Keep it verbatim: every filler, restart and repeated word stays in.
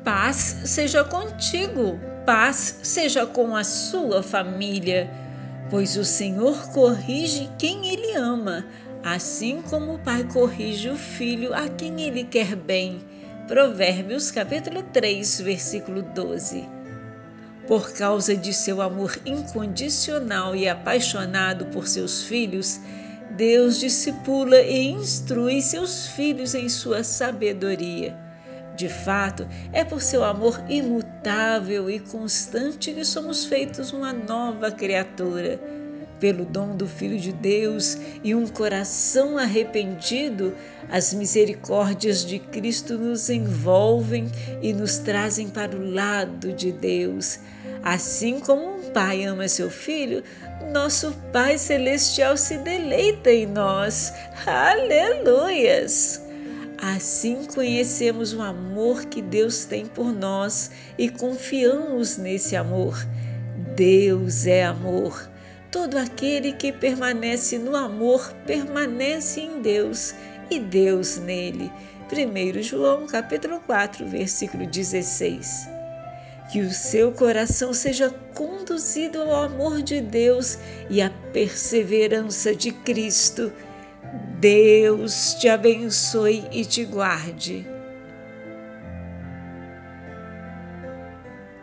Paz seja contigo, paz seja com a sua família, pois o Senhor corrige quem Ele ama, assim como o pai corrige o filho a quem Ele quer bem. Provérbios capítulo três, versículo doze. Por causa de seu amor incondicional e apaixonado por seus filhos, Deus discipula e instrui seus filhos em sua sabedoria. De fato, é por seu amor imutável e constante que somos feitos uma nova criatura. Pelo dom do Filho de Deus e um coração arrependido, as misericórdias de Cristo nos envolvem e nos trazem para o lado de Deus. Assim como um pai ama seu filho, nosso Pai Celestial se deleita em nós. Aleluias! Assim conhecemos o amor que Deus tem por nós e confiamos nesse amor. Deus é amor. Todo aquele que permanece no amor permanece em Deus e Deus nele. primeiro João capítulo quatro, versículo dezesseis. Que o seu coração seja conduzido ao amor de Deus e à perseverança de Cristo. Deus te abençoe e te guarde.